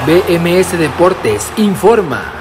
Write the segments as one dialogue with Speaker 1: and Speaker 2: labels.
Speaker 1: BMS Deportes informa.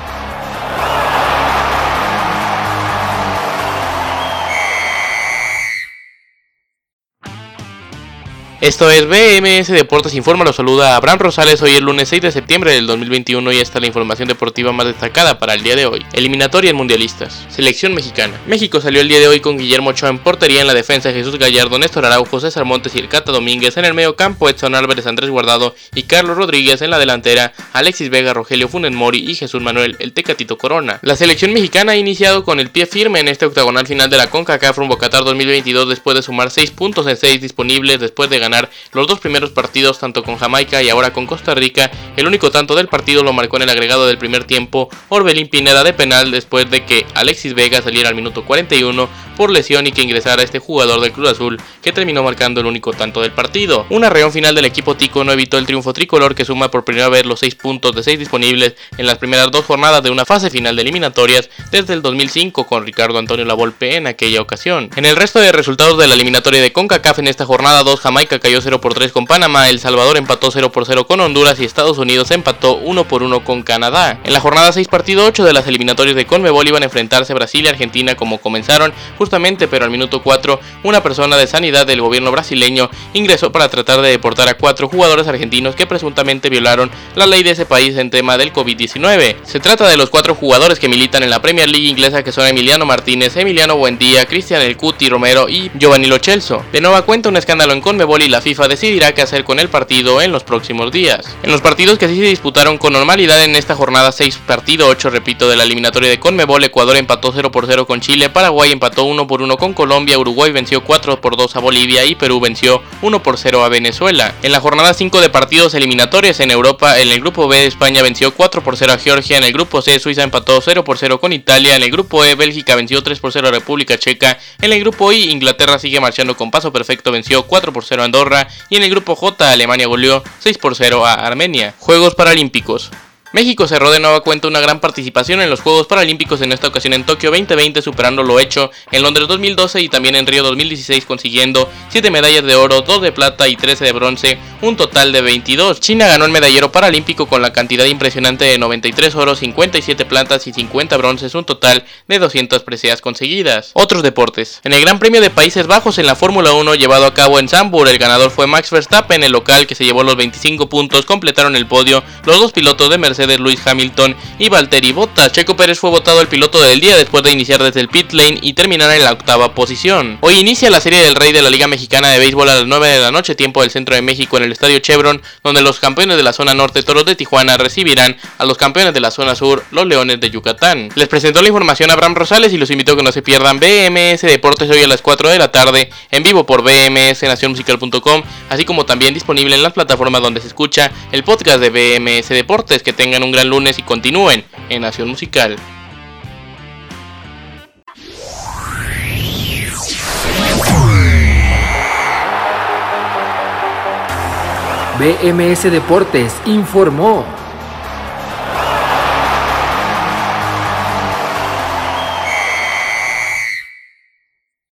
Speaker 2: Esto es BMS Deportes Informa, los saluda Abraham Rosales. Hoy es lunes 6 de septiembre del 2021 y esta es la información deportiva más destacada para el día de hoy. Eliminatoria en mundialistas. Selección mexicana. México salió el día de hoy con Guillermo Ochoa en portería, en la defensa Jesús Gallardo, Néstor Araujo, César Montes y el Cata Domínguez, en el medio campo Edson Álvarez, Andrés Guardado y Carlos Rodríguez, en la delantera Alexis Vega, Rogelio Funes Mori y Jesús Manuel el Tecatito Corona. La selección mexicana ha iniciado con el pie firme en este octagonal final de la CONCACAF rumbo a Qatar 2022 después de sumar 6 puntos en 6 disponibles después de ganar los dos primeros partidos tanto con Jamaica y ahora con Costa Rica. El único tanto del partido lo marcó en el agregado del primer tiempo Orbelín Pineda de penal después de que Alexis Vega saliera al minuto 41 por lesión y que ingresara este jugador del Cruz Azul que terminó marcando el único tanto del partido. Un arreón final del equipo tico no evitó el triunfo tricolor que suma por primera vez los 6 puntos de 6 disponibles en las primeras 2 jornadas de una fase final de eliminatorias desde el 2005 con Ricardo Antonio Lavolpe en aquella ocasión. En el resto de resultados de la eliminatoria de CONCACAF en esta jornada 2, Jamaica cayó 0-3 con Panamá, El Salvador empató 0-0 con Honduras y Estados Unidos empató 1-1 con Canadá. En la jornada 6 partido 8 de las eliminatorias de CONMEBOL iban a enfrentarse Brasil y Argentina como comenzaron justamente, pero al minuto 4 una persona de sanidad del gobierno brasileño ingresó para tratar de deportar a 4 jugadores argentinos que presuntamente violaron la ley de ese país en tema del COVID-19. Se trata de los 4 jugadores que militan en la Premier League inglesa, que son Emiliano Martínez, Emiliano Buendía, Cristian El Cuti Romero y Giovanni Lo Celso. De nueva cuenta un escándalo en CONMEBOL y la FIFA decidirá qué hacer con el partido en los próximos días. En los partidos que sí se disputaron con normalidad en esta jornada 6 partido 8 repito de la eliminatoria de CONMEBOL, Ecuador empató 0-0 con Chile, Paraguay empató 1-1 con Colombia, Uruguay venció 4-2 a Bolivia y Perú venció 1-0 a Venezuela. En la jornada 5 de partidos eliminatorios en Europa, en el grupo B España venció 4-0 a Georgia, en el grupo C Suiza empató 0-0 con Italia, en el grupo E Bélgica venció 3-0 a República Checa, en el grupo I Inglaterra sigue marchando con paso perfecto, venció 4-0 a Andorra y en el grupo J Alemania goleó 6-0 a Armenia. Juegos Paralímpicos. México cerró de nueva cuenta una gran participación en los Juegos Paralímpicos, en esta ocasión en Tokio 2020, superando lo hecho en Londres 2012 y también en Río 2016, consiguiendo 7 medallas de oro, 2 de plata y 13 de bronce, un total de 22. China ganó el medallero paralímpico con la cantidad impresionante de 93 oros, 57 platas y 50 bronces, un total de 200 preseas conseguidas. Otros deportes. En el Gran Premio de Países Bajos en la Fórmula 1 llevado a cabo en Zandvoort, el ganador fue Max Verstappen, el local que se llevó los 25 puntos, completaron el podio los dos pilotos de Mercedes, Lewis Hamilton y Valtteri Bottas. Checo Pérez fue votado el piloto del día después de iniciar desde el pit lane y terminar en la 8ª posición. Hoy inicia la Serie del Rey de la Liga Mexicana de Béisbol a las 9 de la noche, tiempo del centro de México, en el Estadio Chevron, donde los campeones de la zona norte, Toros de Tijuana, recibirán a los campeones de la zona sur, los Leones de Yucatán. Les presentó la información a Abraham Rosales y los invito a que no se pierdan BMS Deportes hoy a las 4 de la tarde en vivo por bmsnacionmusical.com, así como también disponible en las plataformas donde se escucha el podcast de BMS Deportes. Que tengan un gran lunes y continúen en Nación Musical.
Speaker 1: BMS Deportes informó.